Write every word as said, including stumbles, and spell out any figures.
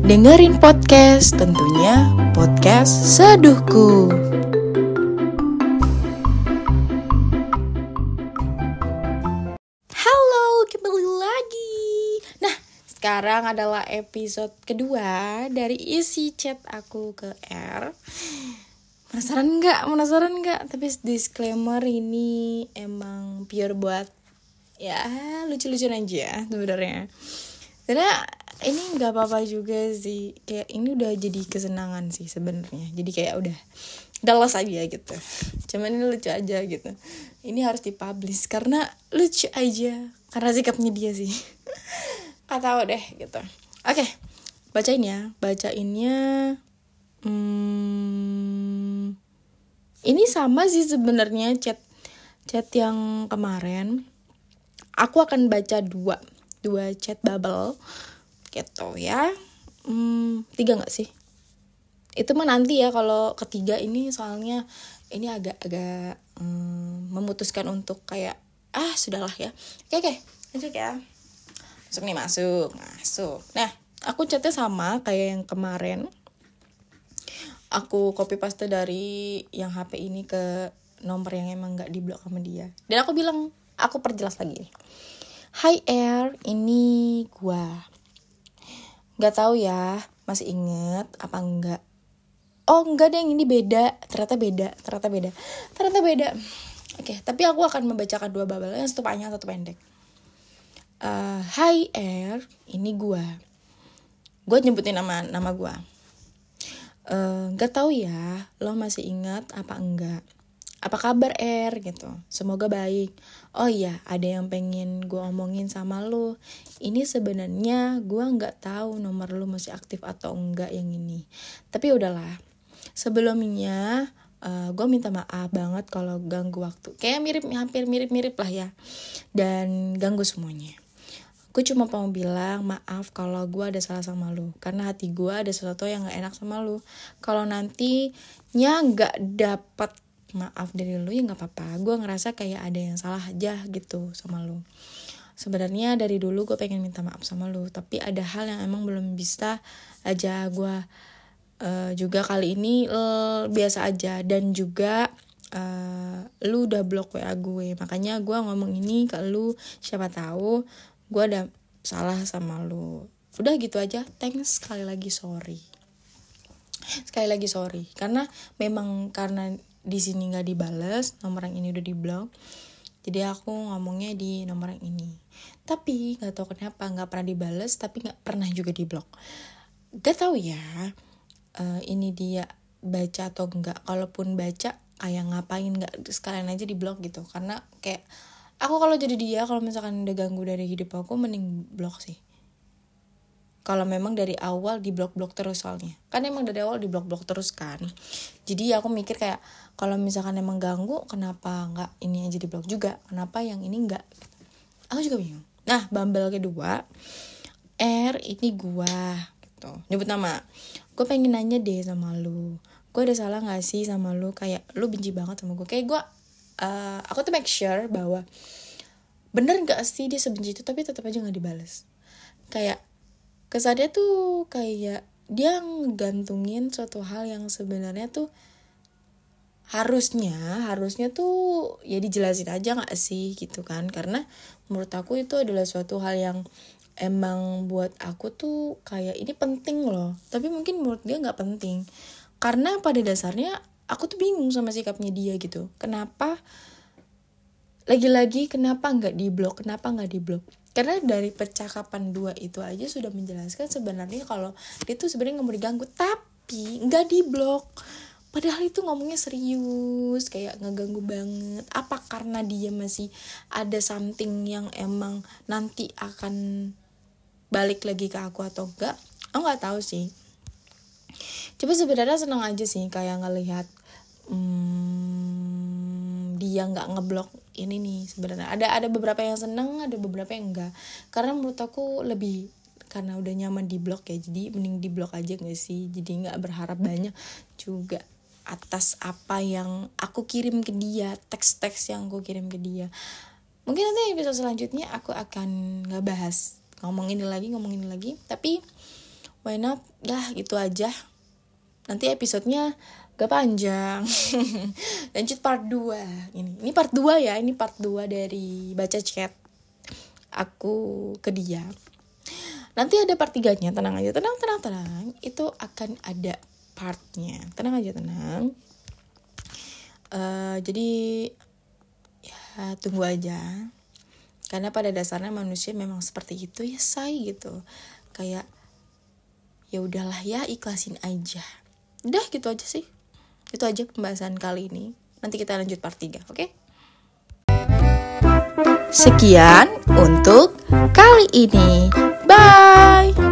dengerin podcast, tentunya podcast Seduhku. Halo, kembali lagi. Nah, sekarang adalah episode kedua dari isi chat aku ke R. Penasaran nggak? Penasaran nggak? Tapi disclaimer, ini emang pure buat ya lucu-lucuan aja sebenarnya. Karena ini nggak apa-apa juga sih, kayak ini udah jadi kesenangan sih sebenarnya. Jadi kayak udah udah los aja gitu. Cuman ini lucu aja gitu. Ini harus dipublish karena lucu aja, karena sikapnya dia sih. Nggak tahu deh gitu. Oke, bacain ya, bacainnya. Hmm, ini sama sih sebenarnya chat chat yang kemarin. Aku akan baca dua dua chat bubble gitu ya. Hmm, tiga nggak sih? Itu mah nanti ya, kalau ketiga ini soalnya ini agak-agak hmm, memutuskan untuk kayak ah sudahlah ya. Oke oke lanjut ya. Masuk nih, masuk masuk. Nah, aku chatnya sama kayak yang kemarin. Aku copy paste dari yang H P ini ke nomor yang emang nggak diblok sama dia. Dan aku bilang, aku perjelas lagi. Hai R, ini gua. Gak tahu ya, masih inget apa enggak? Oh enggak deh, ini beda. Ternyata beda, ternyata beda, ternyata beda. Oke, tapi aku akan membacakan dua bubble, yang satu panjang, satu pendek. Uh, Hai R, ini gua. Gua nyebutin nama nama gua. Uh, gak tahu ya, lo masih ingat apa enggak? Apa kabar R gitu, semoga baik. Oh iya, ada yang pengen gue omongin sama lo. Ini sebenarnya gue nggak tahu nomor lo masih aktif atau enggak yang ini. Tapi udahlah. Sebelumnya uh, gue minta maaf banget kalau ganggu waktu. Kayak mirip, hampir mirip-mirip lah ya. Dan ganggu semuanya. Gue cuma mau bilang maaf kalau gue ada salah sama lo. Karena hati gue ada sesuatu yang nggak enak sama lo. Kalau nantinya nggak dapet maaf dari lu ya nggak apa-apa. Gue ngerasa kayak ada yang salah aja gitu sama lu. Sebenarnya dari dulu gue pengen minta maaf sama lu, tapi ada hal yang emang belum bisa aja. Gue uh, juga kali ini uh, biasa aja. Dan juga uh, lu udah blok W A gue, makanya gue ngomong ini ke lu. Siapa tahu gue ada salah sama lu. Udah gitu aja. Thanks, sekali lagi sorry. Sekali lagi sorry karena memang karena di sini nggak dibales, nomor yang ini udah diblok, jadi aku ngomongnya di nomor yang ini. Tapi nggak tahu kenapa nggak pernah dibales, tapi nggak pernah juga diblok. Gak tahu ya, uh, ini dia baca atau enggak. Kalaupun baca, kayak ngapain nggak sekalian aja diblok gitu? Karena kayak aku kalau jadi dia, kalau misalkan udah ganggu dari hidup aku, mending blok sih. Kalau memang dari awal diblok-blok terus soalnya. Kan emang dari awal diblok-blok terus kan. Jadi aku mikir kayak, kalau misalkan emang ganggu, kenapa nggak ini aja diblok juga? Kenapa yang ini nggak? Aku juga bingung. Nah, bumble kedua, R ini gua gitu. Nyebut nama. Gue pengen nanya deh sama lu. Gue ada salah nggak sih sama lu? Kayak lu benci banget sama gue. Kayak gue, uh, aku tuh make sure bahwa bener nggak sih dia sebenci itu, tapi tetap aja nggak dibales. Kayak kesannya tuh kayak dia ngegantungin suatu hal yang sebenarnya tuh harusnya harusnya tuh ya dijelasin aja nggak sih gitu kan. Karena menurut aku itu adalah suatu hal yang emang buat aku tuh kayak ini penting loh, tapi mungkin menurut dia nggak penting. Karena pada dasarnya aku tuh bingung sama sikapnya dia gitu. Kenapa lagi-lagi kenapa nggak diblok, kenapa nggak diblok? Karena dari percakapan dua itu aja sudah menjelaskan sebenarnya kalau dia tuh sebenarnya nggak mau diganggu, tapi nggak diblok. Padahal itu ngomongnya serius, kayak ngeganggu banget. Apa karena dia masih ada something yang emang nanti akan balik lagi ke aku atau enggak? Aku nggak tahu sih. Coba sebenarnya senang aja sih kayak ngelihat hmm, dia nggak ngeblok ini nih. Sebenarnya ada ada beberapa yang seneng, ada beberapa yang enggak. Karena menurut aku lebih karena udah nyaman di blok ya, jadi mending di blok aja nggak sih. Jadi nggak berharap banyak juga atas apa yang aku kirim ke dia, teks-teks yang aku kirim ke dia. Mungkin nanti episode selanjutnya aku akan ngebahas ngomong ini lagi ngomong ini lagi. Tapi why not, dah gitu aja. Nanti episodenya gak panjang. Lanjut part dua. Ini ini part dua ya, ini part dua dari baca chat aku ke dia. Nanti ada part tiganya, tenang aja, tenang, tenang, tenang. Itu akan ada partnya, tenang aja, tenang. Uh, jadi ya tunggu aja. Karena pada dasarnya manusia memang seperti itu ya, say gitu. Kayak ya udahlah ya, ikhlasin aja. Udah gitu aja sih. Itu aja pembahasan kali ini. Nanti kita lanjut part tiga, oke? Okay? Sekian untuk kali ini. Bye.